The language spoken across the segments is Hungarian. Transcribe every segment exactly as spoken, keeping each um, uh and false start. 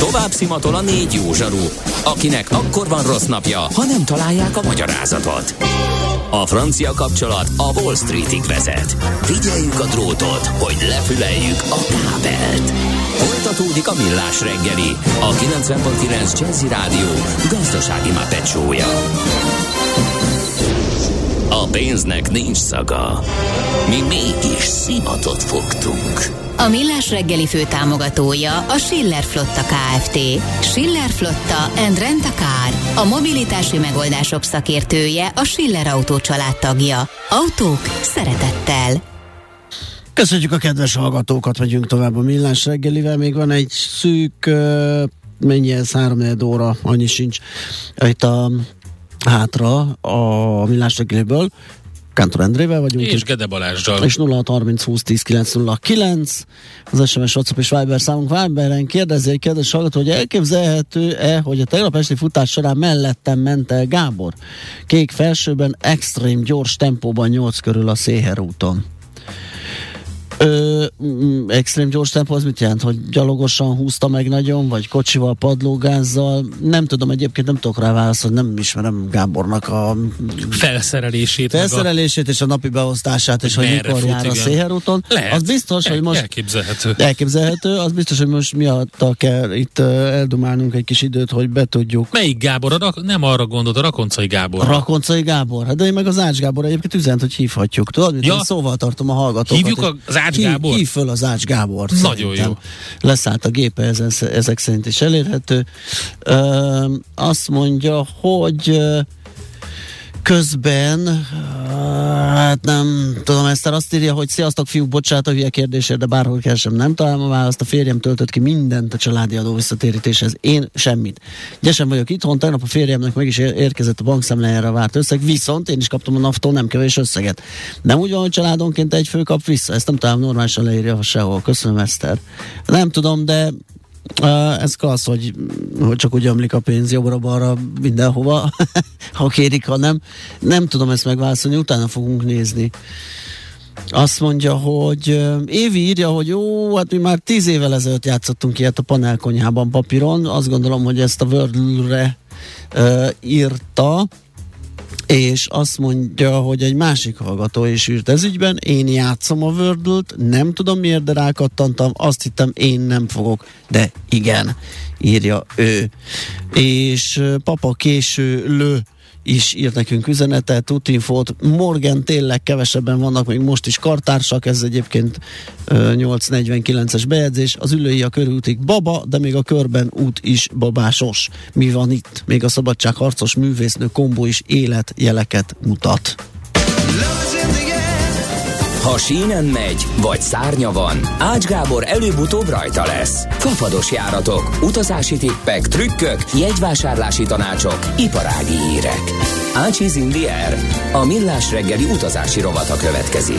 Tovább szimatol a négy jó zsaru, akinek akkor van rossz napja, ha nem találják a magyarázatot. A francia kapcsolat a Wall Streetig vezet. Figyeljük a drótot, hogy lefüleljük a kábelt. Folytatódik a Millás reggeli, a kilencven pont kilenc Jazzy Rádió gazdasági Muppet show-ja. A pénznek nincs szaga. Mi mégis szimatot fogtunk. A Millás reggeli fő támogatója a Schiller Flotta Kft. Schiller Flotta and Rent a Car. A mobilitási megoldások szakértője, a Schiller Autó család tagja. Autók szeretettel. Köszönjük a kedves hallgatókat, megyünk tovább a Millás reggelivel. Még van egy szűk, uh, mennyi ez, háromnegyed óra, annyi sincs itt a hátra a Millás reggeliből. Kántor Endrével vagyunk. És Gede Balázsral. És nulla hat harminc húsz tíz kilenc nulla kilenc az es em es, WhatsApp és Viber számunk. Viberen kérdezi egy kedves hallgató, hogy elképzelhető-e, hogy a tegnap esti futás során mellettem ment el Gábor. Kék felsőben, extrém gyors tempóban nyolc körül a Széher úton. Ö, m- extrém gyors tempó az mit jelent? Hogy gyalogosan húzta meg nagyon, vagy kocsival, padlógázzal? Nem tudom, egyébként nem tudok rá válaszolni, nem ismerem Gábornak a felszerelését, felszerelését a... és a napi beosztását, és hogy mikor fut, jár igen. a Széher úton. Lehet. Az biztos, hogy most elképzelhető. elképzelhető, az biztos, hogy most miatta kell itt uh, eldumálnunk egy kis időt, hogy betudjuk. Melyik Gábor? A rak... Nem arra gondolt, a Rakoncai Gábor. A Rakoncai Gábor. Hát de én meg az Ács Gábor egyébként üzent, hogy hívhatjuk. Tudod, mit ja. én szóval tartom a hallgatókat. Hívjuk az Ács Gábor? Hív, hív föl az Ács Gábor. Nagyon jó. Leszállt a gépe, ezen, ezek szerint is elérhető. Ö, azt mondja, hogy közben, hát nem tudom, Eszter azt írja, hogy sziasztok fiúk, bocsánat a hülye kérdésért, de bárhol keresem, nem találom a választ, a férjem töltött ki mindent a családi adó visszatérítéshez, én semmit. Gyesen vagyok itthon, tegnap a férjemnek meg is érkezett a bankszámlájára várt összeg, viszont én is kaptam a naftól nem kevés összeget. Nem úgy van, hogy családonként egy fő kap vissza, ezt nem talán normálisan leírja sehol. Köszönöm, Eszter. Nem tudom, de Uh, ez klassz, hogy, hogy csak úgy ömlik a pénz jobbra-balra mindenhova, ha kérik, ha nem. Nem tudom ezt megválaszolni, utána fogunk nézni. Azt mondja, hogy uh, Évi írja, hogy jó, hát mi már tíz évvel ezelőtt játszottunk ilyet a panelkonyhában papíron. Azt gondolom, hogy ezt a Wordle-re uh, írta, és azt mondja, hogy egy másik hallgató is írt ez ügyben, én játszom a Wordle-t, nem tudom miért, de rákattantam, azt hittem én nem fogok, de igen, írja ő. És Papa Késő Lő is írt nekünk üzenetet, útinfót. Morgan, tényleg kevesebben vannak, még most is kartársak, ez egyébként nyolc negyvenkilences bejegyzés. Az ülői a körútig baba, de még a körben út is babásos. Mi van itt? Még a szabadságharcos művésznő kombó is életjeleket mutat. Ha sínen megy, vagy szárnya van, Ács Gábor előbb-utóbb rajta lesz. Fafados járatok, utazási tippek, trükkök, jegyvásárlási tanácsok, iparági hírek. Ácsiz in the air. A Millás reggeli utazási rovata következik.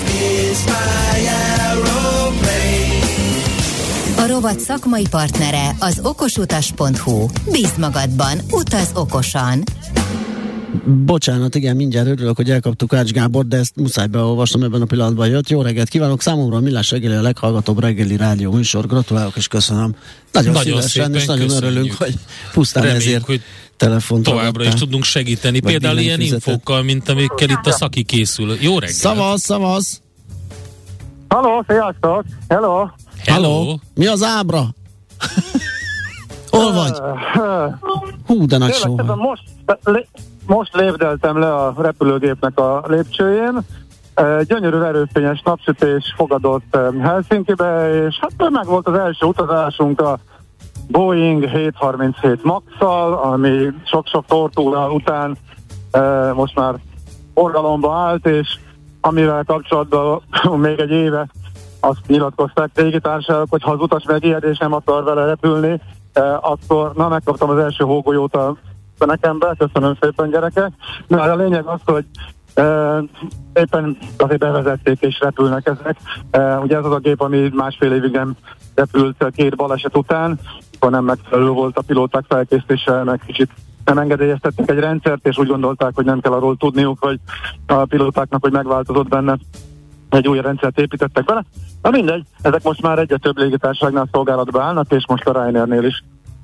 A rovat szakmai partnere az okosutas pont hu. Bízd magadban, utaz okosan! Bocsánat, igen, mindjárt örülök, hogy elkaptuk Ács Gábor, de ezt muszáj beolvasnom, ebben a pillanatban jött. Jó reggelt kívánok, számomra a Millás reggeli a leghallgatóbb reggeli rádió műsor. Gratulálok és köszönöm. Nagyon, nagyon szívesen, és nagyon köszönjük. Örülünk, hogy pusztán Reméljük, ezért hogy telefont továbbra is tudunk segíteni. Vagy például ilyen fizetett. Infókkal, mint amikkel itt a szaki készül. Jó reggelt! Szavasz, szavasz! Halló, sziasztok! Hello! Hello! Mi az ábra? Hol vagy? Hú, de nagy só. Most, most lépdeltem le a repülőgépnek a lépcsőjén. Gyönyörű erőfényes napsütés fogadott Helsinkibe, és hát meg volt az első utazásunk a Boeing hétszázharminchét Max-szal, ami sok-sok tortúra után most már forgalomba állt, és amivel kapcsolatban még egy éve azt nyilatkozták légitársaságok, hogy ha az utas megijed és nem akar vele repülni, eh, akkor na megkaptam az első hógolyót a fenekembe, köszönöm szépen gyerekek. Na a lényeg az, hogy eh, éppen azért bevezették és repülnek ezek. Eh, ugye ez az a gép, ami másfél évig nem repült két baleset után, akkor nem megfelelő volt a pilóták felkészítése, meg kicsit nem engedélyeztettek egy rendszert, és úgy gondolták, hogy nem kell arról tudniuk, hogy a pilótáknak, hogy megváltozott benne, egy új rendszert építettek bele. Na mindegy, ezek most már egyre több légitársaságnál szolgálatba állnak, és most a Ryanairnél is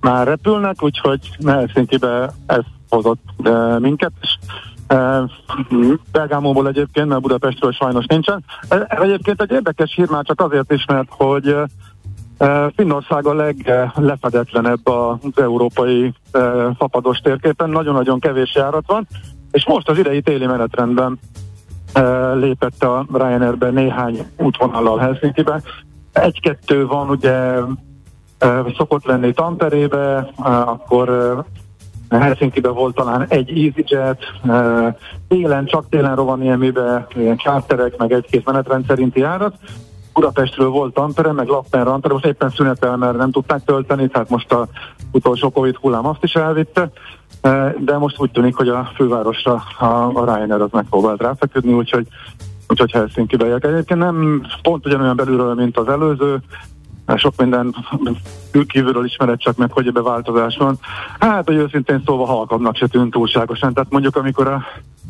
már repülnek, úgyhogy Helsinkibe ez hozott uh, minket, és uh, Bergámóból egyébként, mert Budapestről sajnos nincsen. Egyébként egy érdekes hír már csak azért is, mert hogy uh, Finnország a leglefedetlenebb az európai uh, fapados térképen, nagyon-nagyon kevés járat van, és most az idei téli menetrendben uh, lépett a Ryanairbe néhány útvonallal Helsinkibe. Egy-kettő van, ugye uh, szokott lenni Tamperébe, uh, akkor uh, Helsinkibe volt talán egy EasyJet, uh, télen, csak télen Rovaniemibe ilyen charterek, meg egy-két menetrend szerinti járat. Budapestről volt Tampere, meg Lappenre, most éppen szünetel, mert nem tudták tölteni, tehát most a utolsó Covid hullám azt is elvitte, de most úgy tűnik, hogy a fővárosra a, a Ryanair az megpróbált ráfeküdni, úgyhogy, úgyhogy Helsinkibe jel. Egyébként nem pont ugyanolyan belülről, mint az előző, sok minden kívülről ismeret csak meg, hogy ebbe változás van. Hát, hogy őszintén szólva halkabbnak se tűnt túlságosan, tehát mondjuk amikor a,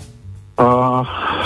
a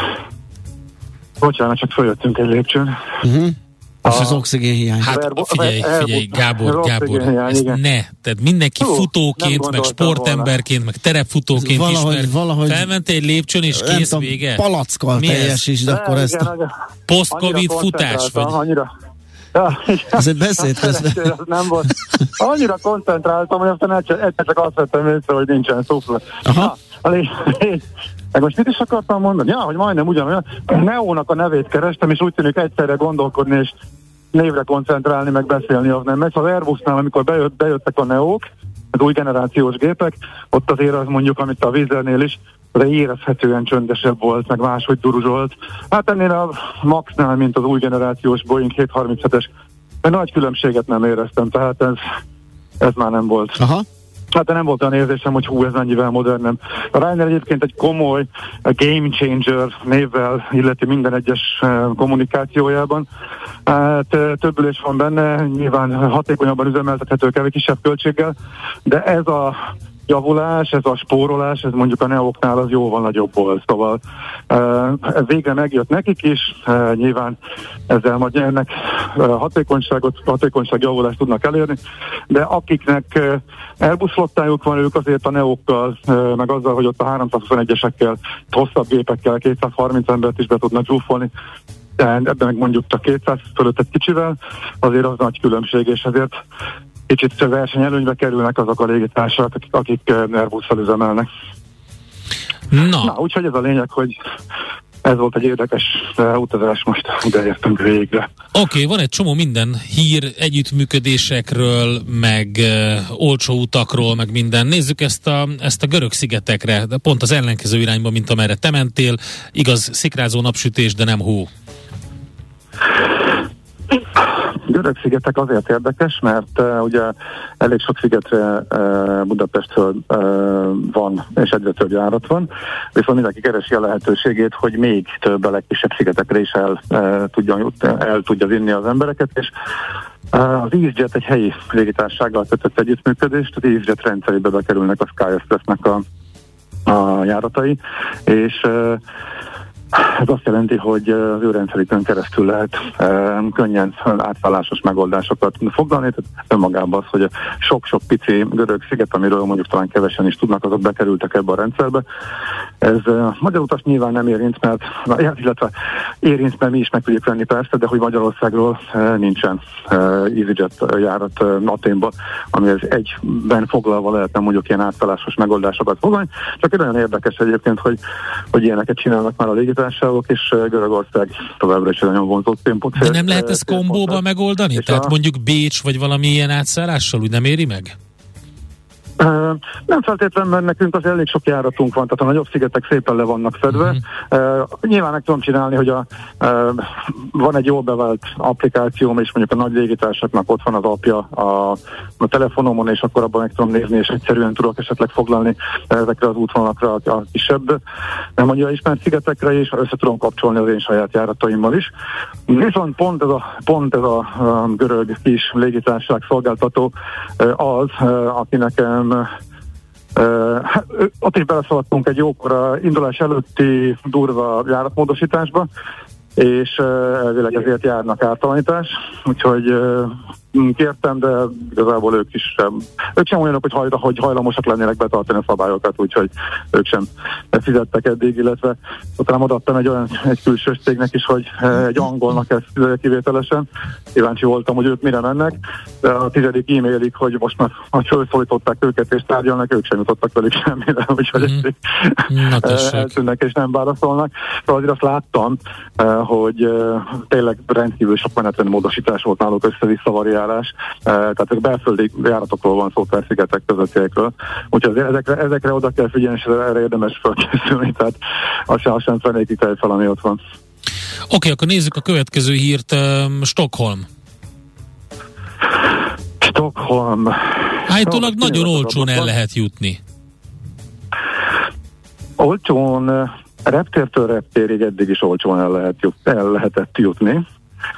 bocsánat, csak följöttünk egy lépcsőn. Uh-huh. Az az oxigénhiány. Hát figyelj, figyelj, Gábor, Gábor, ezt ne. Tehát mindenki Hú, futóként, meg sportemberként, volna. meg terepfutóként valahogy, ismer. Valahogy felmentél egy lépcsőn, és kész tudom, vége. Palackkal teljesítsd, akkor ezt a... Post-Covid futás, vagy? Annyira, ja, ez egy beszéd közben. Nem volt. Annyira koncentráltam, hogy aztán egyszer csak azt vettem észre, hogy nincsen szufla. Aha. Na, meg most mit is akartam mondani? Ja, hogy majdnem ugyanolyan. Neónak a nevét kerestem, és úgy tűnik egyszerre gondolkodni, és névre koncentrálni, meg beszélni, az nem megy. Az Airbusnál, amikor bejött, bejöttek a Neók, az új generációs gépek, ott azért az mondjuk, amit a Wizz-nél is, de érezhetően csöndesebb volt, meg máshogy duruzsolt. Hát ennél a Maxnál, mint az új generációs Boeing hétszázharminchetes, de nagy különbséget nem éreztem, tehát ez, ez már nem volt. Aha. Hát de nem volt olyan érzésem, hogy hú, ez mennyivel modernebb. A Ryanair egyébként egy komoly game changer névvel illeti minden egyes kommunikációjában. Hát, több ülés van benne, nyilván hatékonyabban üzemeltethető, kevés kisebb költséggel, de ez a javulás, ez a spórolás, ez mondjuk a Neóknál az jóval nagyobb volt. Szóval ez végre megjött nekik is, nyilván ezzel majd ennek hatékonyságot, hatékonyságjavulást tudnak elérni, de akiknek Airbus flottájuk van, ők azért a Neókkal, meg azzal, hogy ott a háromszázhuszonegyesekkel, hosszabb gépekkel kétszázharminc embert is be tudnak zsúfolni, ebben meg mondjuk csak kétszáz fölött egy kicsivel, azért az nagy különbség, és ezért kicsit versenyelőnybe kerülnek azok a légitársak, akik, akik Airbusszal üzemelnek. Na. Na, úgyhogy ez a lényeg, hogy ez volt egy érdekes uh, utazás, most ide értünk végre. Oké, okay, van egy csomó minden hír együttműködésekről, meg uh, olcsó utakról, meg minden. Nézzük ezt a, ezt a görög szigetekre, de pont az ellenkező irányba, mint amerre te mentél. Igaz, szikrázó napsütés, de nem hó. Görög szigetek azért érdekes, mert uh, ugye elég sok szigetre uh, Budapestről uh, van, és egyre több járat van, viszont mindenki keresi a lehetőségét, hogy még több a legkisebb szigetekre is el, uh, tudja, el tudja vinni az embereket, és uh, az EasyJet egy helyi légitársággal kötött együttműködést, az EasyJet rendszerébe bekerülnek a Sky Expressnek a, a járatai, és uh, ez azt jelenti, hogy az ő rendszerükön keresztül lehet e, könnyen átszállásos megoldásokat foglalni, tehát önmagában az, hogy a sok-sok pici görög sziget, amiről mondjuk talán kevesen is tudnak, azok bekerültek ebbe a rendszerbe. Ez e, magyar utas nyilván nem érint, mert, illetve érint, mert mi is meg tudjuk venni persze, de hogy Magyarországról e, nincsen e, EasyJet járat e, Athénba, ami ez egyben foglalva lehetne mondjuk ilyen átszállásos megoldásokat foglalni. Csak egy olyan érdekes egyébként, hogy, hogy ilyeneket csinálnak már a légitársaságok, és Görögország továbbra is nagyon vonzott témpont. De nem lehet ezt kombóban megoldani? Tehát a... mondjuk Bécs, vagy valami ilyen átszállással úgy nem éri meg? Uh, nem feltétlenül, mert nekünk az elég sok járatunk van, tehát a nagyobb szigetek szépen le vannak fedve. Uh-huh. Uh, nyilván meg tudom csinálni, hogy a, uh, van egy jól bevált applikációm, és mondjuk a nagy légitársaságnak ott van az apja a, a telefonomon, és akkor abban meg tudom nézni, és egyszerűen tudok esetleg foglalni ezekre az útvonalakra a, a kisebb, nem annyira ismert szigetekre, és össze tudom kapcsolni az én saját járataimmal is. Viszont pont ez a, pont ez a, a görög kis légitársaság szolgáltató uh, az, uh, akinek Uh, hát, ott is beleszaladtunk egy jókora indulás előtti durva járatmódosításba, és uh, elvileg ezért járnak ártalanítás, úgyhogy uh, kértem, de igazából ők is sem, ők sem olyanok, hogy, hajra, hogy hajlamosak lennének betartani a szabályokat, úgyhogy ők sem fizettek eddig, illetve utána adattam egy olyan egy külsős cégnek is, hogy egy angolnak ezt fizetett kivételesen. Kíváncsi voltam, hogy ők mire mennek, de a tizedik e-mailig, hogy most már felszólították őket és tárgyalnak, ők sem jutottak velük semmire, úgyhogy mm. eltűnnek és nem válaszolnak. Szóval azért azt láttam, hogy tényleg rendkívül sok menetrendmódosítás volt náluk, össze-vissza variálás, tehát a belföldi járatokról van szó, Felszigetek közöttiekről, úgyhogy ezekre, ezekre oda kell figyelni, és erre érdemes felkészülni, tehát azt sem, sem fenékig el fel, ami ott van. Oké, okay, akkor nézzük a következő hírt, um, Stockholm. Stockholm. Állítólag no, nagyon olcsón el lehet jutni. Olcsón, reptértől reptérig eddig is olcsón el, lehet jut, el lehetett jutni.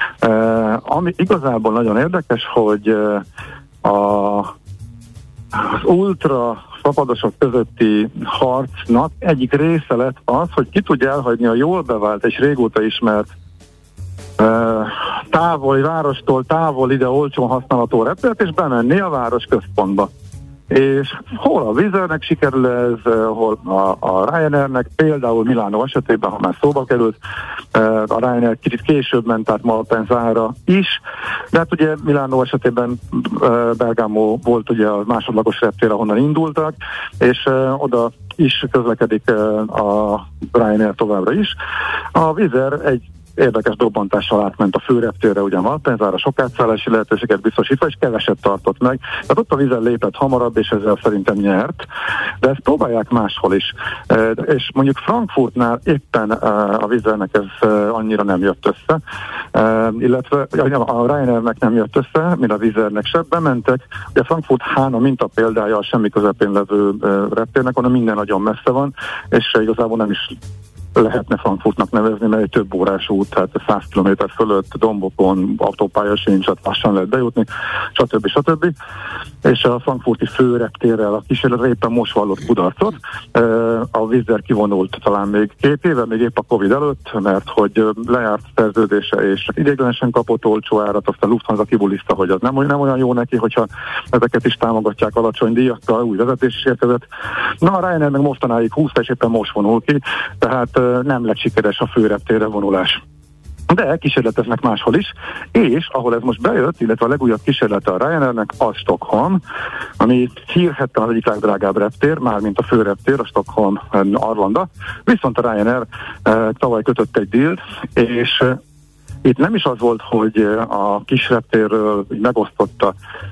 Uh, ami igazából nagyon érdekes, hogy uh, a, az ultra szabadosok közötti harcnak egyik része lett az, hogy ki tudja elhagyni a jól bevált és régóta ismert uh, távoli várostól távol ide olcsón használható reptért, és bemenni a város központba. És hol a Wizz Airnek sikerül ez, hol a, a Ryanairnek, például Milánó esetében, ha már szóba került, a Ryanair kicsit később ment át Malpensára is, de hát ugye Milánó esetében Bergamo volt ugye a másodlagos reptér, ahonnan indultak, és oda is közlekedik a Ryanair továbbra is. A Wizz Air egy érdekes dobbantással átment a főreptérre, ugyan Malpensára sok átszállási lehetőséget biztosítva, és keveset tartott meg. Tehát ott a Wizz Air lépett hamarabb, és ezzel szerintem nyert. De ezt próbálják máshol is. E, és mondjuk Frankfurtnál éppen a Wizz Airnek ez annyira nem jött össze, e, illetve a Ryanairnek nem jött össze, mint a Wizz Airnek se, bementek. Ugye Frankfurt Hána minta példája a semmi közepén levő reptérnek, onnan minden nagyon messze van, és igazából nem is lehetne Frankfurtnak nevezni, mert egy több órás út, tehát száz kilométer fölött, dombokon, autópálya sincs, lassan lehet bejutni, stb. stb. És a frankfurti főreptérrel a kísérletre éppen most vallott kudarcot. A Wizz Air kivonult talán még két éve, még épp a Covid előtt, mert hogy lejárt szerződése és csak ideiglenesen kapott olcsó árat, aztán Lufthansa kibuliszta, hogy az nem, nem olyan jó neki, hogyha ezeket is támogatják alacsony díjakkal, új vezetés is érkezett. Na, a Ryanair meg mostanáig húszta, és éppen most vonul ki, tehát nem lett sikeres a főreptérre vonulás. De kísérleteznek máshol is, és ahol ez most bejött, illetve a legújabb kísérlete a Ryanairnek, az Stockholm, ami hírhetten az egyik legdrágább reptér, mármint a főreptér, a Stockholm Arlanda, viszont a Ryanair e, tavaly kötött egy dílt, és e, itt nem is az volt, hogy a kis reptérről megosztotta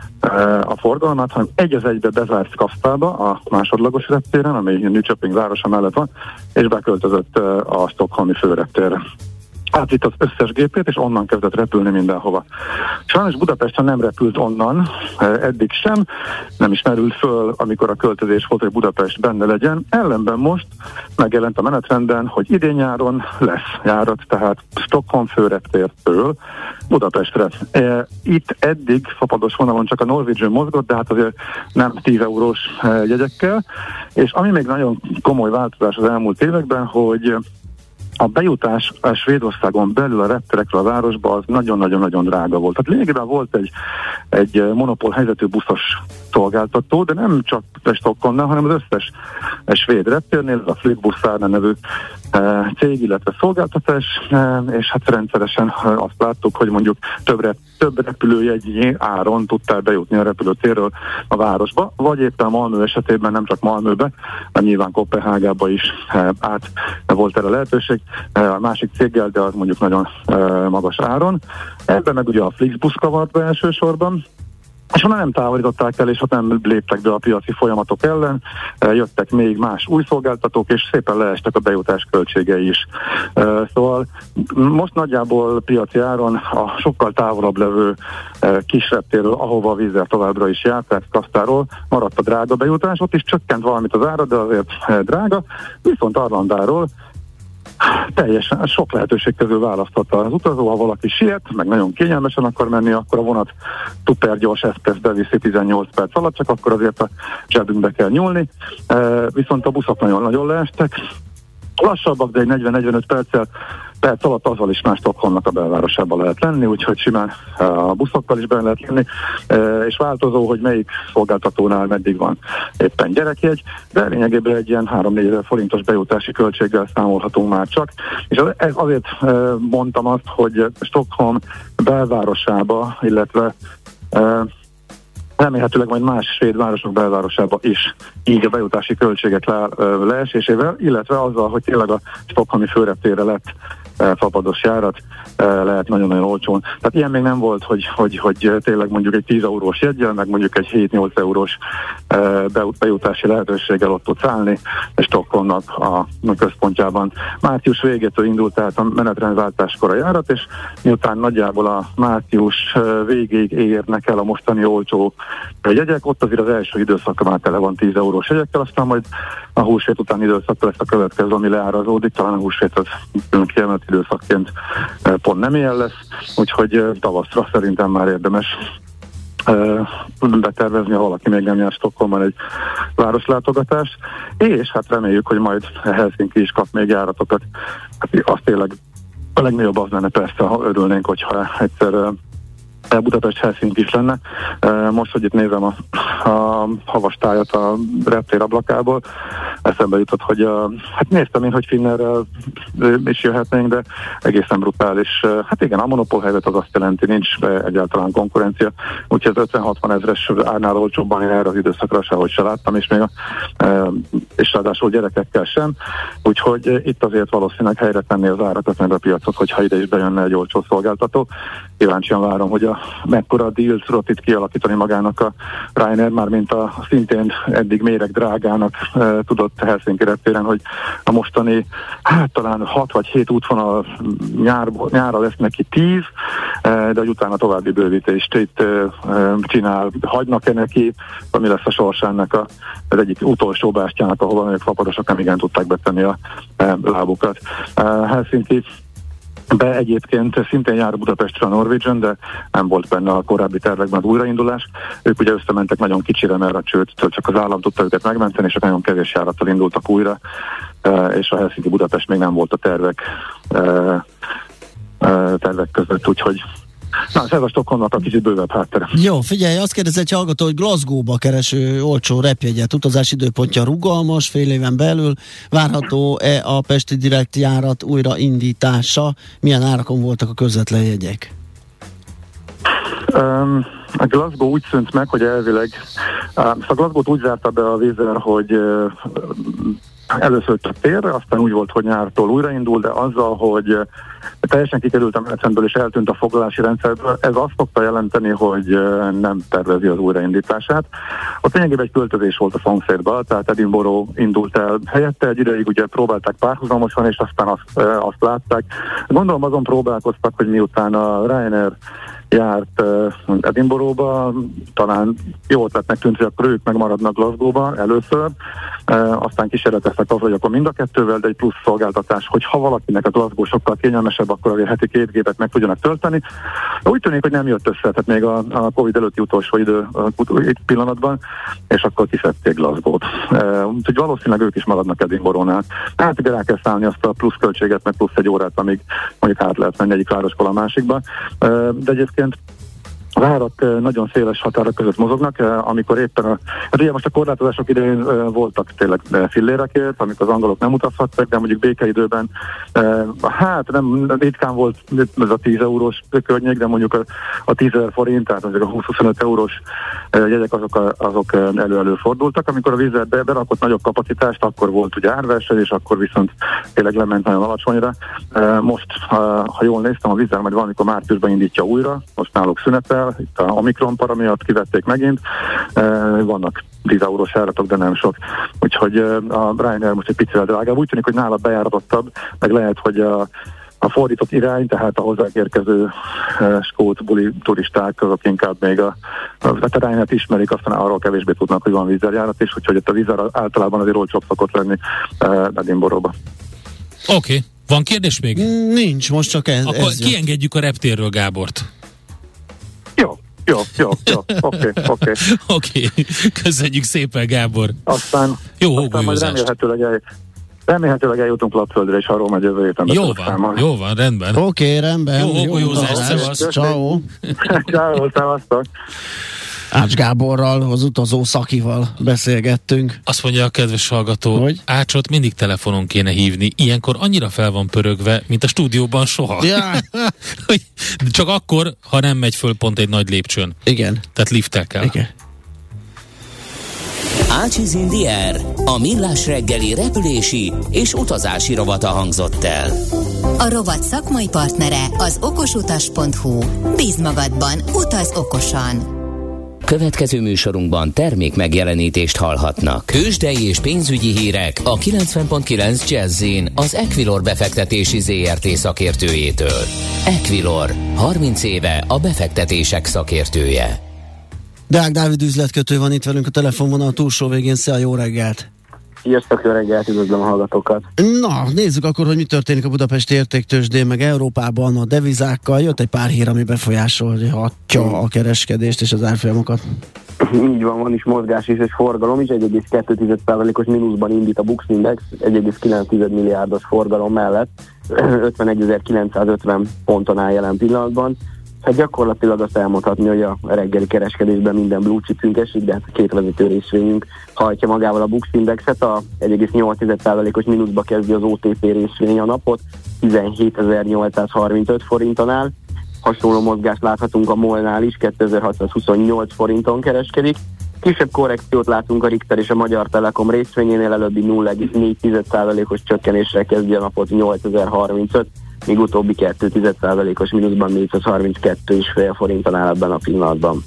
e, a forgalmat, hanem egy az egybe bezárt Skavstába, a másodlagos reptéren, ami Nyköping városa mellett van, és beköltözött e, a stockholmi főreptérre. Átvitt az összes gépét, és onnan kezdett repülni mindenhova. Sajnos Budapesten nem repült onnan, eddig sem, nem is merült föl, amikor a költözés volt, hogy Budapest benne legyen. Ellenben most megjelent a menetrenden, hogy idén nyáron lesz járat, tehát Stockholm főreptértől Budapestre. Itt eddig fapados vonalon csak a Norwegian mozgott, de hát azért nem tíz eurós jegyekkel, és ami még nagyon komoly változás az elmúlt években, hogy a bejutás a Svédországon belül a repterekről a városba az nagyon-nagyon-nagyon drága volt. Tehát lényegében volt egy, egy monopól helyzetű buszos szolgáltató, de nem csak Stockholmnál, hanem az összes svéd reptérnél, ez a Flygbussarna nevű e, cég, illetve szolgáltatás, e, és hát rendszeresen azt láttuk, hogy mondjuk több, rep, több repülőjegyi áron tudtál bejutni a repülőtérről a városba, vagy éppen Malmö esetében nem csak Malmöbe, hanem nyilván Koppenhágába is e, át volt erre lehetőség, e, a másik céggel, de az mondjuk nagyon e, magas áron. Ebben meg ugye a Flixbus kavart be elsősorban, és onnan nem távolították el, és ott nem léptek be a piaci folyamatok ellen, jöttek még más új szolgáltatók, és szépen leestek a bejutás költségei is. Szóval most nagyjából piaci áron a sokkal távolabb levő kis reptérről, ahova a Wizz Air továbbra is járt, tehát Skavstáról maradt a drága bejutás, ott is csökkent valamit az ára, de azért drága, viszont Arlandáról teljesen sok lehetőség közül választhatta az utazó, ha valaki siet, meg nagyon kényelmesen akar menni, akkor a vonat szupergyors express beviszi tizennyolc perc alatt, csak akkor azért a zsebünkbe kell nyúlni, e, viszont a buszok nagyon-nagyon leestek, lassabbak, de egy negyven-negyvenöt perccel Tehát alatt azzal is már Stockholmnak a belvárosában lehet lenni, úgyhogy simán a buszokkal is benne lehet lenni, és változó, hogy melyik szolgáltatónál meddig van éppen gyerekjegy, de lényegében egy ilyen három-négy forintos bejutási költséggel számolhatunk már csak. És ez azért mondtam azt, hogy Stockholm belvárosába, illetve remélhetőleg majd más svéd városok belvárosába is így a bejutási költségek le, leesésével, illetve azzal, hogy tényleg a stockholmi főreptérre lett fapados járat, lehet nagyon-nagyon olcsón. Tehát ilyen még nem volt, hogy, hogy, hogy tényleg mondjuk egy tíz eurós jeggyel, meg mondjuk egy hét-nyolc eurós bejutási lehetőséggel ott tudsz állni, és Stockholmnak a központjában. Március végétől indult tehát a menetrendváltáskor a járat, és miután nagyjából a március végéig érnek el a mostani olcsó jegyek, ott azért az első időszak már tele van tíz eurós jegyekkel, aztán majd a húsvét után időszakra lesz a következő, ami leárazódik, talán a húsvét az kiemelt időszakként pont nem ilyen lesz, úgyhogy tavaszra szerintem már érdemes betervezni, ha valaki még nem jár Stockholmban egy városlátogatást, és hát reméljük, hogy majd Helsinki is kap még járatokat. Hát az tényleg a legnagyobb az lenne persze, ha örülnénk, hogyha egyszer Budapest Helsinki is lenne. Most, hogy itt nézem a, a havastájat a reptér ablakából, eszembe jutott, hogy a, hát néztem én, hogy Finnerrel is jöhetnénk, de egészen brutális. Hát igen, a monopól helyzet az azt jelenti, nincs egyáltalán konkurencia, úgyhogy az ötven-hatvan ezres árnál olcsóbban én erre az időszakra sehogy se láttam, és még a, és ráadásul gyerekekkel sem, úgyhogy itt azért valószínűleg helyre tenni az árakat meg a piacot, hogyha ide is bejönne egy olcsó szolgáltató. Kíváncsian várom, hogy a mekkora dealt tudott itt kialakítani magának a Ryanair, már mint a szintén eddig méreg drágának e, tudott Helsinki reptéren, hogy a mostani, hát talán hat vagy hét útvonal nyár, nyára lesz neki tíz, e, de utána további bővítést itt e, csinál, hagynak-e neki, ami lesz a sorsának a, az egyik utolsó bástyának, ahova még fapadosok nem igen tudták betenni a e, lábukat. E, Helsinki be egyébként szintén jár Budapestre a Norwegian, de nem volt benne a korábbi tervekben az újraindulás. Ők ugye összementek nagyon kicsire, mert a csődtől csak az állam tudta őket megmenteni, és nagyon kevés járattal indultak újra, és a Helsinki Budapest még nem volt a tervek, tervek között, úgyhogy na, ez a Stockholmnak a kicsit bővebb háttere. Jó, figyelj, azt kérdezi egy hallgató, hogy Glasgow-ba kereső olcsó repjegyet, utazás időpontja rugalmas, fél éven belül, várható-e a pesti direkt járat újraindítása? Milyen árakon voltak a közvetlen jegyek? Um, a Glasgow úgy szűnt meg, hogy elvileg uh, a Glasgow-t úgy zárta be a Wizz Air, hogy uh, először csak térre, aztán úgy volt, hogy nyártól újraindul, de azzal, hogy teljesen kikerült a menetrendből és eltűnt a foglalási rendszerből, ez azt szokta jelenteni, hogy nem tervezi az újraindítását. Ott lényegében egy költözés volt a szomszédban, tehát Edinburgh indult el helyette, egy ideig ugye próbálták párhuzamosan, és aztán azt, azt látták. Gondolom azon próbálkoztak, hogy miután a Ryanair járt uh, Edinburghba, talán jó ötletnek tűnt, hogy akkor ők megmaradnak Glasgow-ba először, uh, aztán kísérleteztek az, hogy akkor mind a kettővel, de egy plusz szolgáltatás, hogy ha valakinek a Glasgow sokkal kényelmesebb, akkor azért heti két gépet meg tudjanak tölteni. Úgy tűnik, hogy nem jött össze, tehát még a, a Covid előtti utolsó idő uh, pillanatban, és akkor kiszedték Glasgow-t. Uh, úgyhogy valószínűleg ők is maradnak Edinburghnál. Hát ugye rá kell szállni azt a plusz költséget, meg plusz egy órát, amíg mondjuk át lehet menni egyik városból a másikba. Uh, de egyébként az árak nagyon széles határak között mozognak, amikor éppen a, hát ugye most a korlátozások idején voltak tényleg fillérekért, amikor az angolok nem utazhattak, de mondjuk békeidőben hát nem ritkán volt ez a tíz eurós környék, de mondjuk a, a tízezer forint, tehát azért a húsz-huszonöt eurós jegyek azok, azok elő-elő fordultak. Amikor a Wizz Air be, berakott nagyobb kapacitást, akkor volt ugye árverseny, és akkor viszont tényleg lement nagyon alacsonyra. Most, ha jól néztem, a Wizz Air majd valamikor márciusban indítja újra, most náluk szünetel, itt a Omikron para miatt kivették megint, vannak tíz eurós járatok, de nem sok. Úgyhogy a Ryanair most egy picivel drágább. Úgy tűnik, hogy nála bejáratottabb, meg lehet, hogy a, a fordított irány, tehát a hozzáérkező skót buli turisták, azok inkább még a, a Ryanair-t ismerik, aztán arról kevésbé tudnak, hogy van Wizz Air járat is, úgyhogy itt a Wizz Air általában azért olcsóbb szokott lenni Edinburghba. Oké. Okay. Van kérdés még? Nincs, most csak ez. Akkor ez kiengedjük a reptérről Gábort. Jó, jó, jó, jó, oké, oké. Oké, köszönjük szépen, Gábor. Aztán, jó aztán majd remélhetőleg el, Remélhetőleg eljutunk Lapföldre, és arról majd jövő héten. Jó van, jó van, rendben. Oké, okay, rendben. Jó, jó, jó, szevasz. Ciao. Ciao, szevasztok. Ács Gáborral, az utazó szakival beszélgettünk. Azt mondja a kedves hallgató, hogy Ácsot mindig telefonon kéne hívni. Ilyenkor annyira fel van pörögve, mint a stúdióban soha. Ja. Csak akkor, ha nem megy föl pont egy nagy lépcsőn. Igen. Tehát liftel kell. Igen. Ácsiz in the Air, a millás reggeli repülési és utazási rovata hangzott el. A rovat szakmai partnere az okosutas pont hu. Bízz magadban, utaz okosan! Következő műsorunkban termék megjelenítést hallhatnak. Tőzsdei és pénzügyi hírek a kilencven pont kilenc Jazz-in az Equilor befektetési zé er té szakértőjétől. Equilor, harminc éve a befektetések szakértője. Deák Dávid üzletkötő van itt velünk a telefonvonal túlsó végén. Szia, jó reggelt! Sziasztok, jó reggelt, üdvözlöm a hallgatókat! Na, nézzük akkor, hogy mi történik a budapesti értéktőzsdén, meg Európában a devizákkal. Jött egy pár hír, ami befolyásolhatja a kereskedést és az árfolyamokat. Így van, van is mozgás is, és forgalom is. egy egész kettő százalékos mínuszban indít a Bux Index, egy egész kilenc milliárdos forgalom mellett, ötvenegy-kilencszázötven ponton áll jelen pillanatban. Hát gyakorlatilag azt elmondhatni, hogy a reggeli kereskedésben minden blue chipünk esik, de hát a két vezető részvényünk hajtja magával a Bux Indexet, a egy egész nyolc százalékos mínuszba kezdi az o té pé részvény a napot, tizenhétezer-nyolcszázharmincöt forinton áll. Hasonló mozgást láthatunk a MOL-nál is, kétezer-hatszázhuszonnyolc forinton kereskedik. Kisebb korrekciót látunk a Richter és a Magyar Telekom részvényénél, előbbi nulla egész négy százalékos csökkenésre kezdi a napot nyolcezer-harmincöt, míg utóbbi kettő százalékos mínuszban négyszázharminckettő egész öt forinton áll ebben a pillanatban.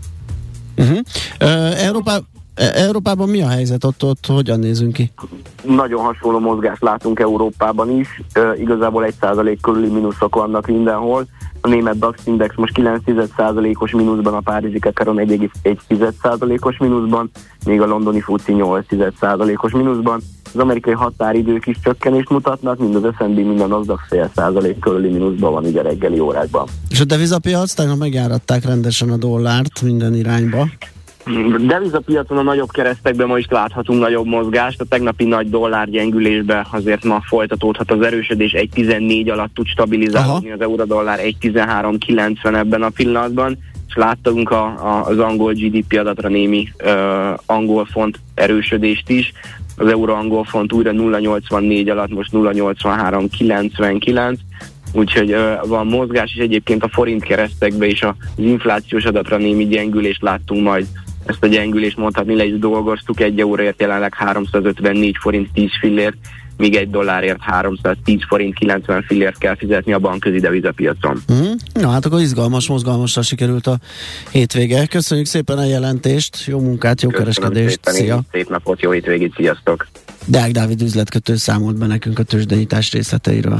Uh-huh. Uh, Európá, Európában mi a helyzet? Ott, ott hogyan nézünk ki? Nagyon hasonló mozgást látunk Európában is. Uh, igazából egy százalék körüli mínuszok vannak mindenhol. A német DAX Index most kilenc százalékos mínuszban, a párizsi Kakaron egy egész egy százalékos mínuszban, még a londoni fuci nyolc százalékos mínuszban. Az amerikai határidők is csökkenést mutatnak, mind az es and pé, mind a Nasdaq fél százalék körüli mínuszban van így a reggeli órákban. És a devizapiac, tegnap megjáratták rendesen a dollárt minden irányba. Devizapiacon a nagyobb keresztekben ma is láthatunk nagyobb mozgást, a tegnapi nagy dollárgyengülésbe azért ma folytatódhat az erősödés, egy egész tizennégy alatt tud stabilizálni az euró-dollár, egy egész tizenhárom kilencven ebben a pillanatban, és láttunk a, a, az angol gé dé pé adatra némi uh, angol font erősödést is, az euró-angol font újra nulla egész nyolcvannégy alatt, most nulla egész nyolcvanhárom kilencvenkilenc, úgyhogy uh, van mozgás, és egyébként a forint keresztekbe is az inflációs adatra némi gyengülést láttunk majd. Ezt a gyengülést mondhatni le is dolgoztuk, egy euróért jelenleg háromszázötvennégy forint tíz fillért, míg egy dollárért háromszáztíz forint kilencven fillért kell fizetni a bankközi devizapiacon. Mm. Na hát akkor izgalmas, mozgalmasra sikerült a hétvége. Köszönjük szépen a jelentést, jó munkát, jó Köszönöm kereskedést. Szépen, Szia! Szép napot, jó hétvégét, sziasztok! Deák Dávid üzletkötő számolt be nekünk a tőzsdenyítás részleteiről.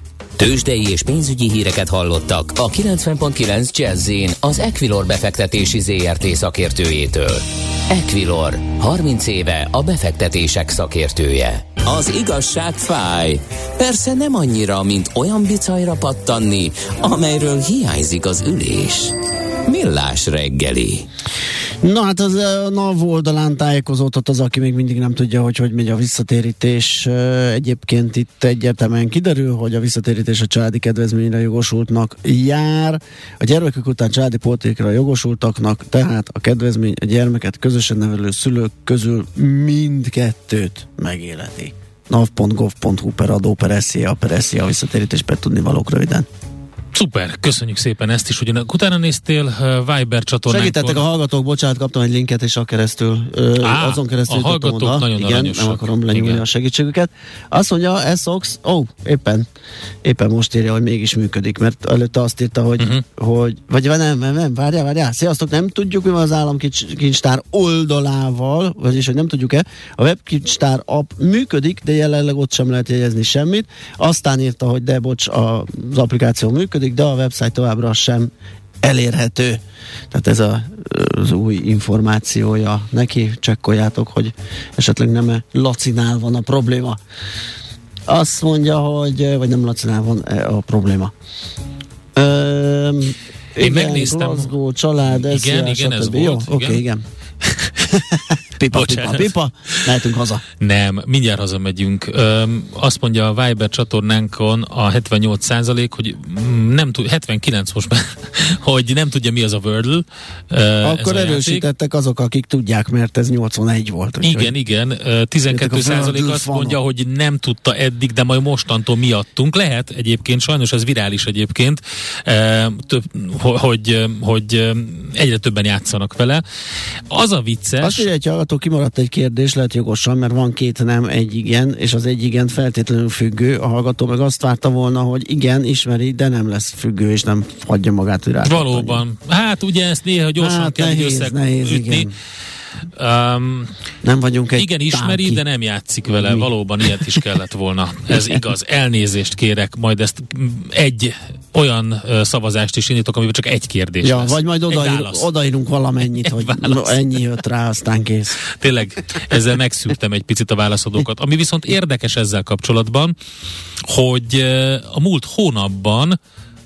Tőzsdei és pénzügyi híreket hallottak a kilencven pont kilenc Jazz-in az Equilor befektetési zé er té szakértőjétől. Equilor, harminc éve a befektetések szakértője. Az igazság fáj. Persze nem annyira, mint olyan bicajra pattanni, amelyről hiányzik az ülés. Millás reggeli. Na hát az a NAV oldalán tájékozódott az, aki még mindig nem tudja, hogy hogy megy a visszatérítés. Egyébként itt egyértelműen kiderül, hogy a visszatérítés a családi kedvezményre jogosultnak jár. A gyermekek után családi pótlékra jogosultaknak, tehát a kedvezmény a gyermeket közösen nevelő szülők közül mindkettőt megéleti. nav pont gov pont hu per adó per eszia per eszia visszatérítés per tudnivalók röviden. Szuper, köszönjük szépen ezt is. Ugyanak utána néztél uh, Viber csatornánkon. Segítettek a hallgatók, bocsánat, kaptam egy linket, és a keresztül, uh, Á, azon keresztül a hallgatók oda. Nagyon igen, aranyosak. nem akarom lenyúlni igen. a segítségüket. Azt mondja, Essox, ó, oh, éppen, éppen most írja, hogy mégis működik, mert előtte azt írta, hogy, uh-huh. hogy vagy nem, nem, nem, várjál, várjál, sziasztok, nem tudjuk, mi van az államkincstár oldalával, vagyis, hogy nem tudjuk-e, a webkincstár app működik, de jelenleg ott sem lehet jegyezni semmit. Aztán írta, hogy de bocs, az applikáció működik, de a website továbbra sem elérhető. Tehát ez a, az új információja neki, csekkoljátok, hogy esetleg nem Lacinál van a probléma. Azt mondja, hogy vagy nem Lacinál van a probléma. Ö, Én igen, megnéztem. Glasgow, család, igen, eszélyel, igen, ez stb. volt. Jó, oké, okay, igen. Pipa, pipa, pipa, mehetünk haza. Nem, mindjárt hazamegyünk. Öm, azt mondja a Viber csatornánkon a hetvennyolc százalék, hogy nem tud, hetvenkilenc most már, hogy nem tudja, mi az a Wordle. Akkor erősítettek azok, akik tudják, mert ez nyolcvanegy volt. Igen, igen. tizenkét százalék azt mondja, hogy nem tudta eddig, de majd mostantól miattunk. Lehet egyébként, sajnos ez virális egyébként, több, hogy, hogy egyre többen játszanak vele. Az a vicces... Azt írja, hogy hallgató, kimaradt egy kérdés, lehet jogosan, mert van két nem, egy igen, és az egy igen feltétlenül függő. A hallgató meg azt várta volna, hogy igen, ismeri, de nem lesz függő, és nem hagyja magát rá. Valóban. Hát ugye ezt néha gyorsan hát, kell összeütni. Um, nem vagyunk egy igen, ismeri, tánki. De nem játszik vele. Mi? Valóban ilyet is kellett volna. Ez igaz. Elnézést kérek, majd ezt egy olyan uh, szavazást is indítok, amiben csak egy kérdés ja, lesz. Vagy majd odaír, odaírunk valamennyit, hogy válasz. Ennyi jött rá, aztán kész. Tényleg, ezzel megszűrtem egy picit a válaszadókat. Ami viszont érdekes ezzel kapcsolatban, hogy uh, a múlt hónapban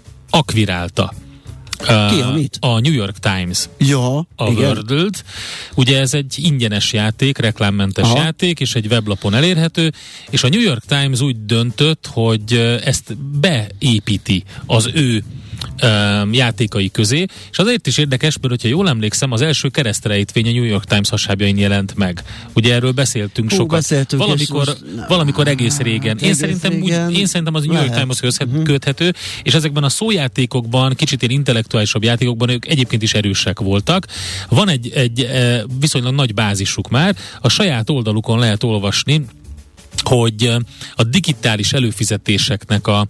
akvirálta Ki, a mit? A New York Times ja, a Wordle-t. Ugye ez egy ingyenes játék, reklámmentes Aha. játék, és egy weblapon elérhető, és a New York Times úgy döntött, hogy ezt beépíti az ő Um, játékai közé, és azért is érdekes, mert hogyha jól emlékszem, az első keresztrejtvény a New York Times hasábjain jelent meg. Ugye erről beszéltünk Hú, sokat. Beszéltünk valamikor, most, valamikor egész régen. Én, egész szerintem, régen úgy, én szerintem az a New York Timeshoz uh-huh. köthető, és ezekben a szójátékokban, kicsit ilyen intellektuálisabb játékokban ők egyébként is erősek voltak. Van egy, egy viszonylag nagy bázisuk már, a saját oldalukon lehet olvasni, hogy a digitális előfizetéseknek a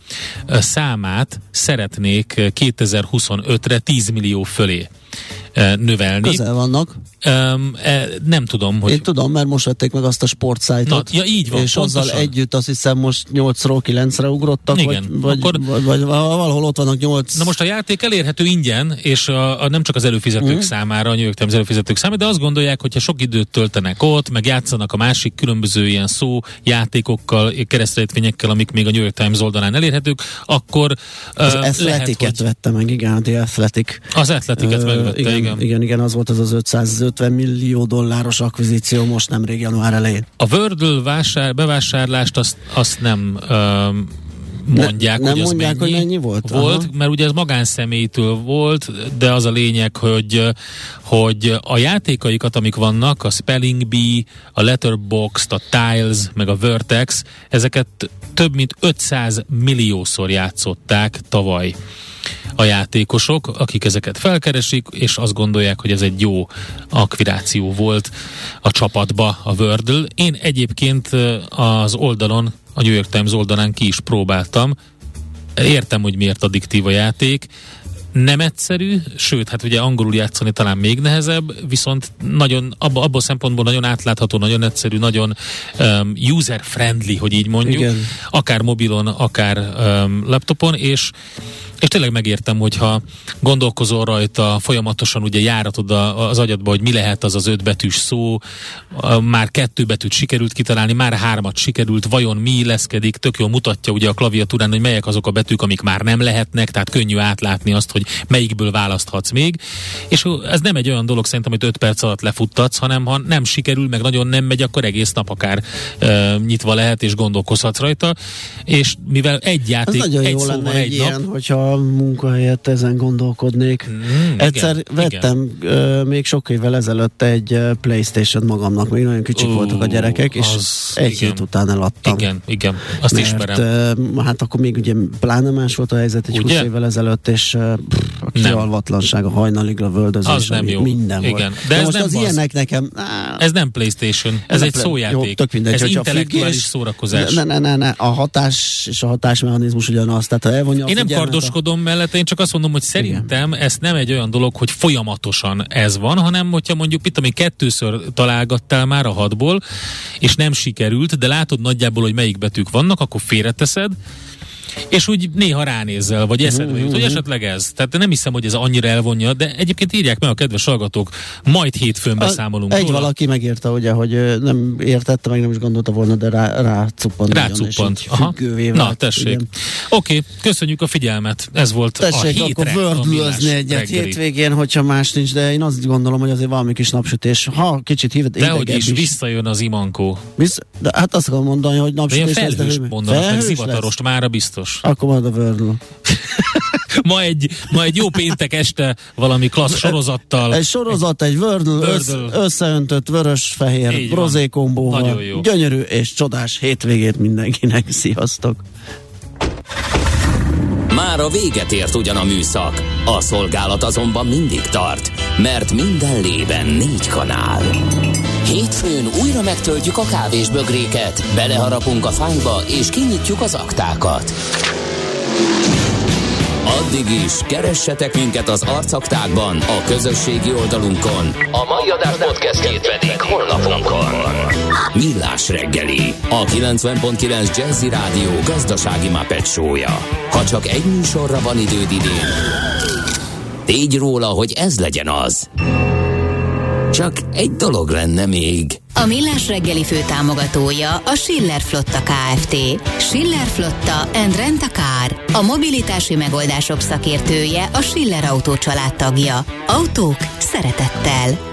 számát szeretnék kétezer-huszonötre tíz millió fölé növelni. Közel vannak. Um, e, nem tudom, hogy... Én tudom, mert most vették meg azt a sportszájtot. Na, ja, így van, és pontosan. azzal együtt azt hiszem most nyolcról kilencre ugrottak, igen, vagy, akkor... vagy, vagy, vagy valahol ott vannak nyolc. Na most a játék elérhető ingyen, és a, a nem csak az előfizetők mm. számára, a New York Times előfizetők számára, de azt gondolják, hogyha sok időt töltenek ott, meg játszanak a másik különböző ilyen szó játékokkal, keresztrejtvényekkel, amik még a New York Times oldalán elérhetők, akkor az uh, Athletic-et lehet, hogy... vette meg, igen, The Athletic. Az Athletic-et uh, megvette, igen, igen. Igen, igen, az volt az az ötszázötven millió dolláros akvizíció most nemrég január elején. A Wordle vásár, bevásárlást azt, azt nem um, mondják, ne, hogy nem az mondják, mennyi hogy mennyi volt? volt Aha. Mert ugye ez magánszemélytől volt, de az a lényeg, hogy, hogy a játékaikat, amik vannak, a Spelling Bee, a Letterboxd, a Tiles, meg a Vertex, ezeket több mint ötszáz milliószor játszották tavaly a játékosok, akik ezeket felkeresik, és azt gondolják, hogy ez egy jó akviráció volt a csapatba, a Wordle. Én egyébként az oldalon, a New York Times oldalán ki is próbáltam. Értem, hogy miért addiktív a játék. Nem egyszerű, sőt, hát ugye angolul játszani talán még nehezebb, viszont nagyon, abban abba a szempontból nagyon átlátható, nagyon egyszerű, nagyon um, user-friendly, hogy így mondjuk. Igen. Akár mobilon, akár um, laptopon, és és tényleg megértem, hogyha gondolkozol rajta, folyamatosan ugye járatod a, az agyadba, hogy mi lehet az az ötbetűs szó, már kettő betűt sikerült kitalálni, már hármat sikerült, vajon mi illeszkedik, tök jól mutatja ugye a klaviatúrán, hogy melyek azok a betűk, amik már nem lehetnek, tehát könnyű átlátni azt, hogy melyikből választhatsz még, és ez nem egy olyan dolog szerintem, hogy öt perc alatt lefuttatsz, hanem ha nem sikerül, meg nagyon nem megy, akkor egész nap akár e, nyitva lehet, és gondolkozhatsz rajta, és mivel egy játék, nagyon egy jó szó lenne van egy, egy ilyen, nap, hogyha a munkahelyet ezen gondolkodnék. Mm, Egyszer igen, vettem igen. Uh, még sok évvel ezelőtt egy uh, PlayStation magamnak, még nagyon kicsik uh, voltak a gyerekek, és egy igen. hét után eladtam. Igen, igen, azt mert, ismerem. Uh, hát akkor még ugye pláne más volt a helyzet egy húsz évvel ezelőtt, és uh, pff, a kialvatlanság, a hajnalig a völdözés, minden igen. volt. De, De ez most nem az, az ilyenek nekem... Á, ez nem PlayStation, ez, ez egy play... szójáték. Jó, tök mindegy, ez intellektuális szórakozás. Ne, ne, ne, ne, a hatás és a hatásmechanizmus ugyanaz, tehát ha elvonja a Én nem kardoskodom a... mellett, én csak azt mondom, hogy szerintem igen. ez nem egy olyan dolog, hogy folyamatosan ez van, hanem hogyha mondjuk itt, ami kettőször találgattál már a hatból, és nem sikerült, de látod nagyjából, hogy melyik betűk vannak, akkor félreteszed, és úgy néha ránézel, vagy eszedbe jut, hogy esetleg ez. Tehát nem hiszem, hogy ez annyira elvonja, de egyébként írják meg a kedves hallgatók, majd hétfőn beszámolunk. Egy róla. valaki megírta, ugye, hogy nem értette, meg nem is gondolta volna, de rá, rá cuppant. Rácuppant. Na, tessék. Oké, okay, köszönjük a figyelmet. Ez volt tessék, a hétre. Tessék, akkor vördülözni egyet hétvégén, hogyha más nincs, de én azt gondolom, hogy azért valami kis napsütés. Ha kicsit hív, de hogy is, is visszajön az imankó. Visz, de hát azt akarom mondani, hogy napsütés. De ilyen felhős mondanak, meg zivatarost, mára biztos. Akkor majd a vördül. ma, egy, ma egy jó péntek este valami klassz sorozattal. Egy sorozat, egy vördül, össz, összeöntött vörös-fehér brozé kombóval. Gyönyörű és csodás hétvégét mindenkinek. Sziasztok! Már a véget ért ugyan a műszak, a szolgálat azonban mindig tart, mert minden lében négy kanál. Hétfőn újra megtöltjük a kávésbögréket, beleharapunk a fányba és kinyitjuk az aktákat. Addig is keressetek minket az arcaktákban, a közösségi oldalunkon. A mai adás podcastjét pedig honlapunkon. Millás reggeli, a kilencven pont kilenc Jazzy Rádió gazdasági Muppet show-ja. Ha csak egy műsorra van időd idén, tégy róla, hogy ez legyen az. Csak egy dolog lenne még. A Millás reggeli főtámogatója a Schiller Flotta Kft. Schiller Flotta and Rent a Car. A mobilitási megoldások szakértője, a Schiller Autó család tagja. Autók szeretettel.